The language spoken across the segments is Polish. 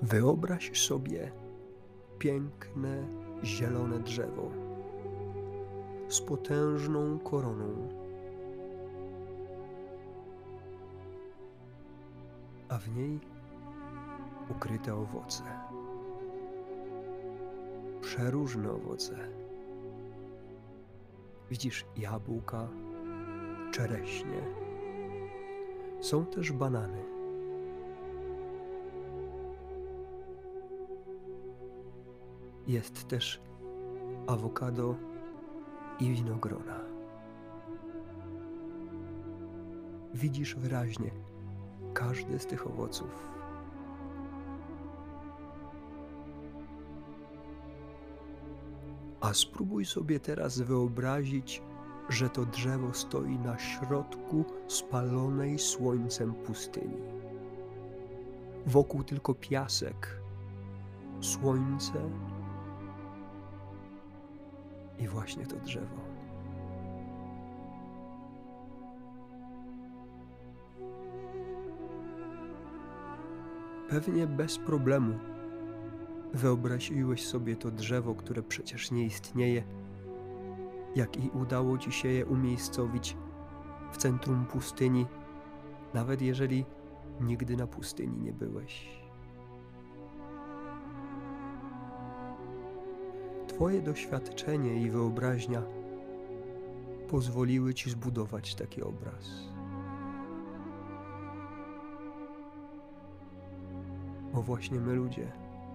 Wyobraź sobie piękne, zielone drzewo z potężną koroną, a w niej ukryte owoce. Przeróżne owoce. Widzisz jabłka, czereśnie. Są też banany. Jest też awokado i winogrona. Widzisz wyraźnie każdy z tych owoców. A spróbuj sobie teraz wyobrazić, że to drzewo stoi na środku spalonej słońcem pustyni. Wokół tylko piasek, słońce i właśnie to drzewo. Pewnie bez problemu wyobraziłeś sobie to drzewo, które przecież nie istnieje, jak i udało ci się je umiejscowić w centrum pustyni, nawet jeżeli nigdy na pustyni nie byłeś. Twoje doświadczenie i wyobraźnia pozwoliły ci zbudować taki obraz. Bo właśnie my ludzie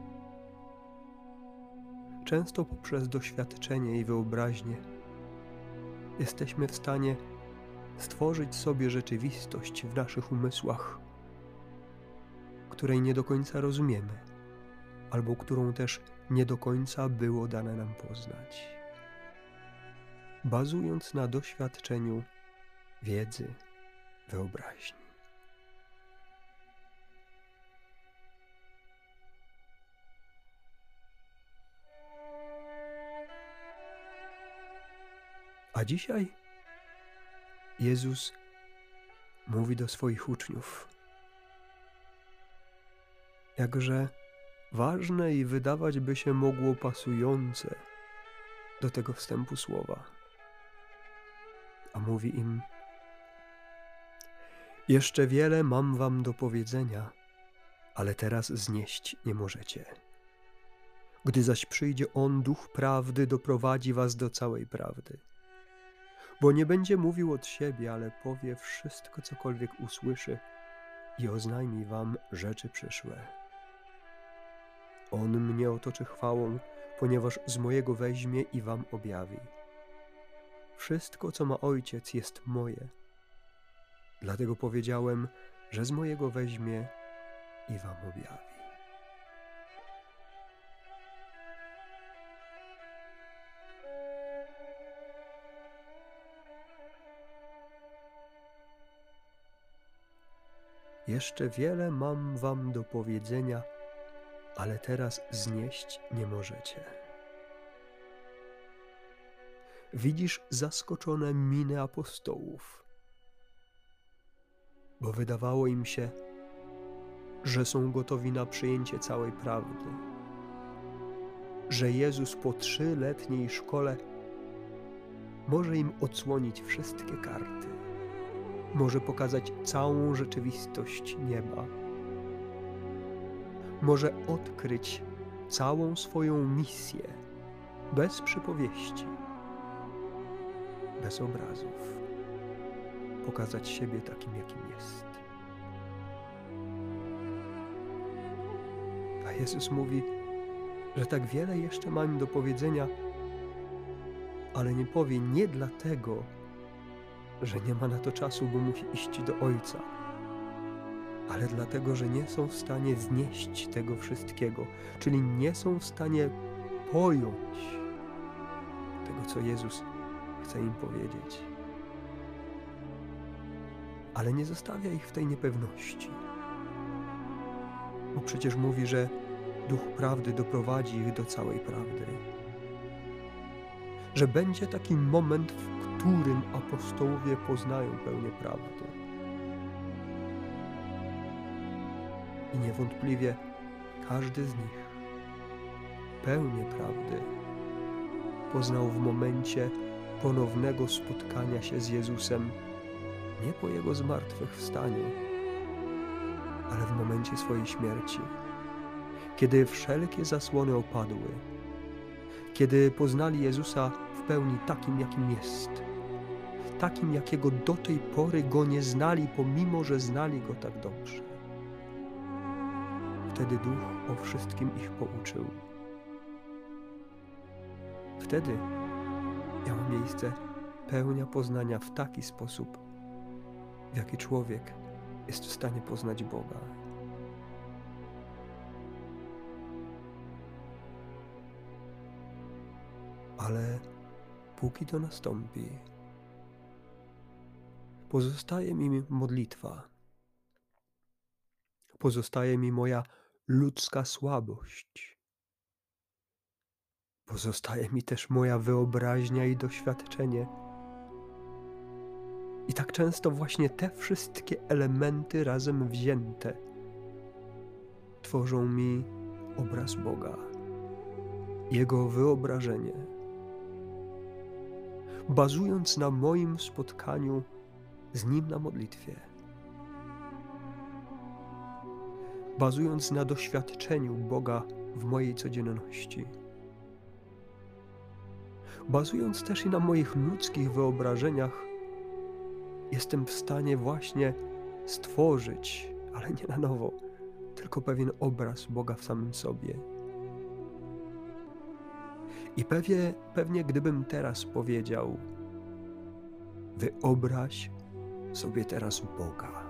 często poprzez doświadczenie i wyobraźnię jesteśmy w stanie stworzyć sobie rzeczywistość w naszych umysłach, której nie do końca rozumiemy, albo którą też nie do końca było dane nam poznać. Bazując na doświadczeniu, wiedzy, wyobraźni. A dzisiaj Jezus mówi do swoich uczniów, jakże ważne i wydawać by się mogło pasujące do tego wstępu słowa. A mówi im: jeszcze wiele mam wam do powiedzenia, ale teraz znieść nie możecie. Gdy zaś przyjdzie On, Duch Prawdy, doprowadzi was do całej prawdy. Bo nie będzie mówił od siebie, ale powie wszystko, cokolwiek usłyszy i oznajmi wam rzeczy przyszłe. On mnie otoczy chwałą, ponieważ z mojego weźmie i wam objawi. Wszystko, co ma Ojciec, jest moje. Dlatego powiedziałem, że z mojego weźmie i wam objawi. Jeszcze wiele mam wam do powiedzenia, ale teraz znieść nie możecie. Widzisz zaskoczone miny apostołów, bo wydawało im się, że są gotowi na przyjęcie całej prawdy, że Jezus po 3-letniej szkole może im odsłonić wszystkie karty, może pokazać całą rzeczywistość nieba, może odkryć całą swoją misję bez przypowieści, bez obrazów, pokazać siebie takim, jakim jest. A Jezus mówi, że tak wiele jeszcze ma im do powiedzenia, ale nie powie nie dlatego, że nie ma na to czasu, bo musi iść do Ojca, ale dlatego, że nie są w stanie znieść tego wszystkiego, czyli nie są w stanie pojąć tego, co Jezus chce im powiedzieć. Ale nie zostawia ich w tej niepewności, bo przecież mówi, że Duch Prawdy doprowadzi ich do całej prawdy. Że będzie taki moment, w którym apostołowie poznają pełnię prawdy. I niewątpliwie Każdy z nich pełnię prawdy poznał w momencie ponownego spotkania się z Jezusem, nie po Jego zmartwychwstaniu, ale w momencie swojej śmierci, kiedy wszelkie zasłony opadły, kiedy poznali Jezusa w pełni takim, jakim jest, takim, jakiego do tej pory Go nie znali, pomimo że znali Go tak dobrze. Wtedy Duch o wszystkim ich pouczył. Wtedy miała miejsce pełnia poznania w taki sposób, w jaki człowiek jest w stanie poznać Boga. Ale póki to nastąpi, pozostaje mi modlitwa, pozostaje mi moja ludzka słabość, pozostaje mi też moja wyobraźnia i doświadczenie. I tak często właśnie te wszystkie elementy razem wzięte tworzą mi obraz Boga, Jego wyobrażenie. Bazując na moim spotkaniu z Nim na modlitwie, bazując na doświadczeniu Boga w mojej codzienności, bazując też i na moich ludzkich wyobrażeniach, jestem w stanie właśnie stworzyć, ale nie na nowo, tylko pewien obraz Boga w samym sobie. I pewnie gdybym teraz powiedział: wyobraź sobie teraz Boga,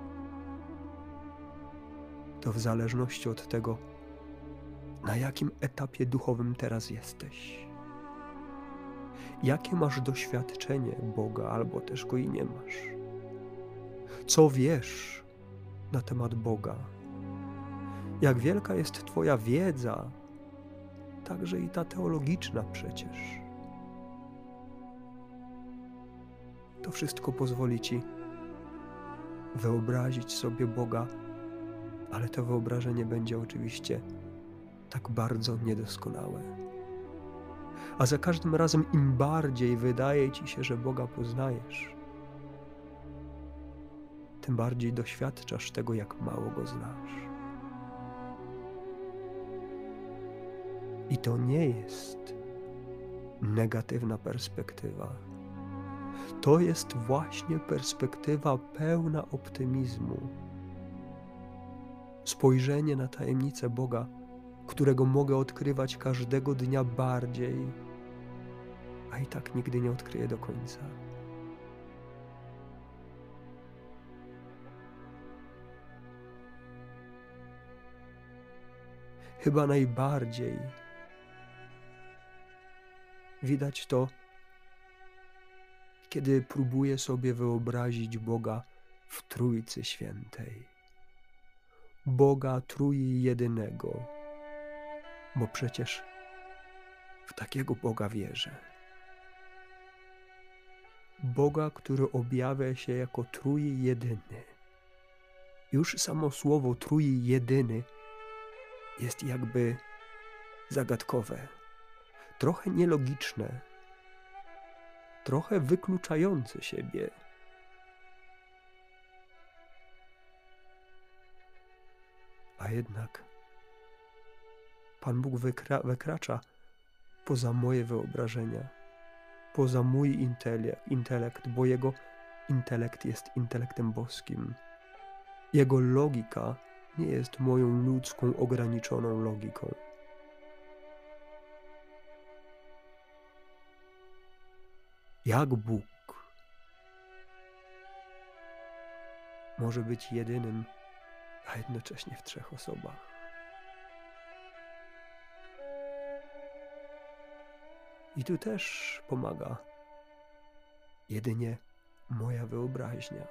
to w zależności od tego, na jakim etapie duchowym teraz jesteś, jakie masz doświadczenie Boga, albo też go i nie masz, co wiesz na temat Boga, jak wielka jest Twoja wiedza, także i ta teologiczna przecież. To wszystko pozwoli Ci wyobrazić sobie Boga, ale to wyobrażenie będzie oczywiście tak bardzo niedoskonałe. A za każdym razem im bardziej wydaje Ci się, że Boga poznajesz, tym bardziej doświadczasz tego, jak mało Go znasz. I to nie jest negatywna perspektywa. To jest właśnie perspektywa pełna optymizmu. Spojrzenie na tajemnicę Boga, którego mogę odkrywać każdego dnia bardziej, a i tak nigdy nie odkryję do końca. Chyba najbardziej widać to, kiedy próbuję sobie wyobrazić Boga w Trójcy Świętej. Boga Trójjedynego, bo przecież w takiego Boga wierzę. Boga, który objawia się jako Trójjedyny. Już samo słowo Trójjedyny jest jakby zagadkowe, trochę nielogiczne, trochę wykluczające siebie. A jednak Pan Bóg wykracza poza moje wyobrażenia, poza mój intelekt, bo Jego intelekt jest intelektem boskim. Jego logika nie jest moją ludzką, ograniczoną logiką. Jak Bóg może być jedynym, a jednocześnie w trzech osobach? I tu też pomaga jedynie moja wyobraźnia.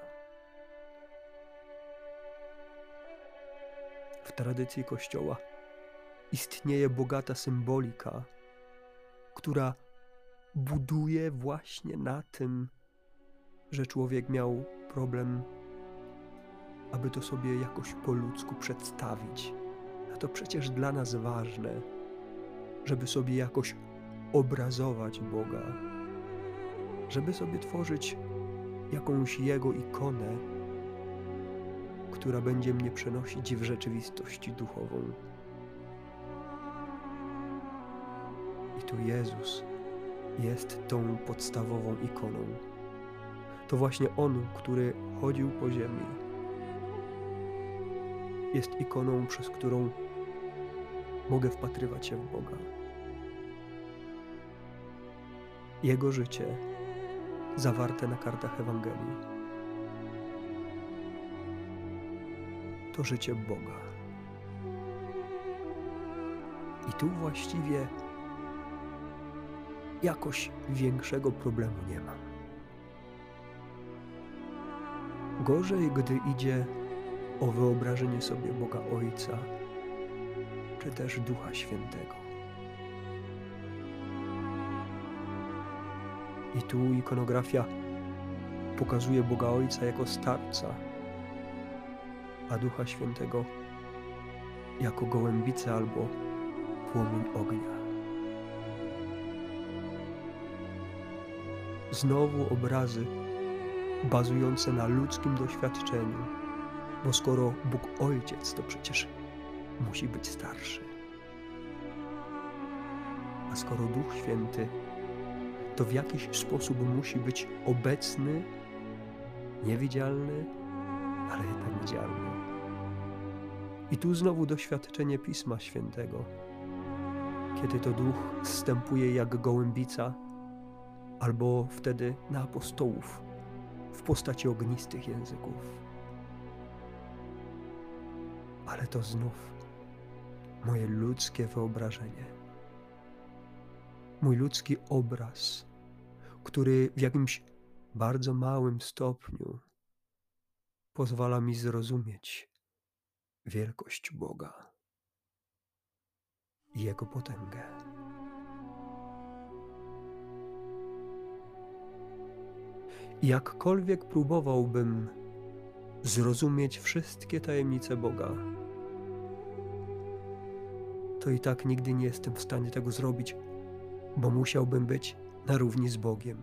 W tradycji Kościoła istnieje bogata symbolika, która buduje właśnie na tym, że człowiek miał problem, aby to sobie jakoś po ludzku przedstawić. jak to przecież dla nas ważne, żeby sobie jakoś obrazować Boga, żeby sobie tworzyć jakąś Jego ikonę, która będzie mnie przenosić w rzeczywistość duchową. I tu Jezus jest tą podstawową ikoną. To właśnie On, który chodził po ziemi, jest ikoną, przez którą mogę wpatrywać się w Boga. Jego życie zawarte na kartach Ewangelii to życie Boga. I tu właściwie jakoś większego problemu nie ma. Gorzej, gdy idzie o wyobrażenie sobie Boga Ojca, czy też Ducha Świętego. I tu ikonografia pokazuje Boga Ojca jako starca, a Ducha Świętego jako gołębicę albo płomień ognia. Znowu obrazy bazujące na ludzkim doświadczeniu, bo skoro Bóg Ojciec, to przecież musi być starszy. A skoro Duch Święty, to w jakiś sposób musi być obecny, niewidzialny, ale jednak widzialny. I tu znowu doświadczenie Pisma Świętego, kiedy to Duch zstępuje jak gołębica, albo wtedy na apostołów w postaci ognistych języków. Ale to znów moje ludzkie wyobrażenie, mój ludzki obraz, który w jakimś bardzo małym stopniu pozwala mi zrozumieć wielkość Boga i Jego potęgę. I jakkolwiek próbowałbym zrozumieć wszystkie tajemnice Boga, to i tak nigdy nie jestem w stanie tego zrobić, bo musiałbym być na równi z Bogiem.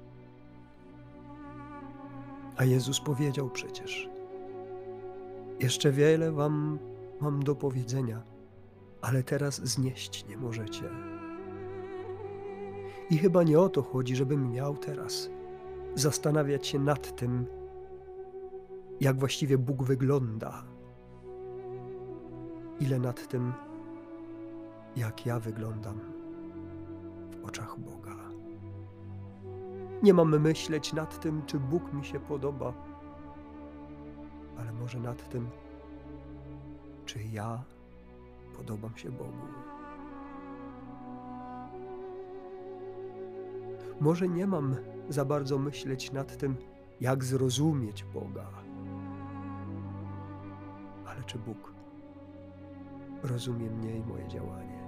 A Jezus powiedział przecież: jeszcze wiele wam mam do powiedzenia, ale teraz znieść nie możecie. I chyba nie o to chodzi, żebym miał teraz zastanawiać się nad tym, jak właściwie Bóg wygląda, ile nad tym, jak ja wyglądam w oczach Boga. Nie mam myśleć nad tym, czy Bóg mi się podoba, ale może nad tym, czy ja podobam się Bogu. Może nie mam za bardzo myśleć nad tym, jak zrozumieć Boga, ale czy Bóg rozumie mnie i moje działanie.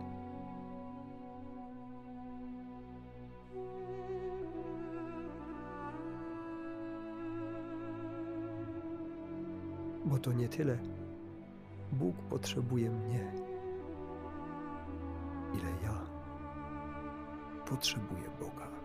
Bo to nie tyle Bóg potrzebuje mnie, ile ja potrzebuję Boga.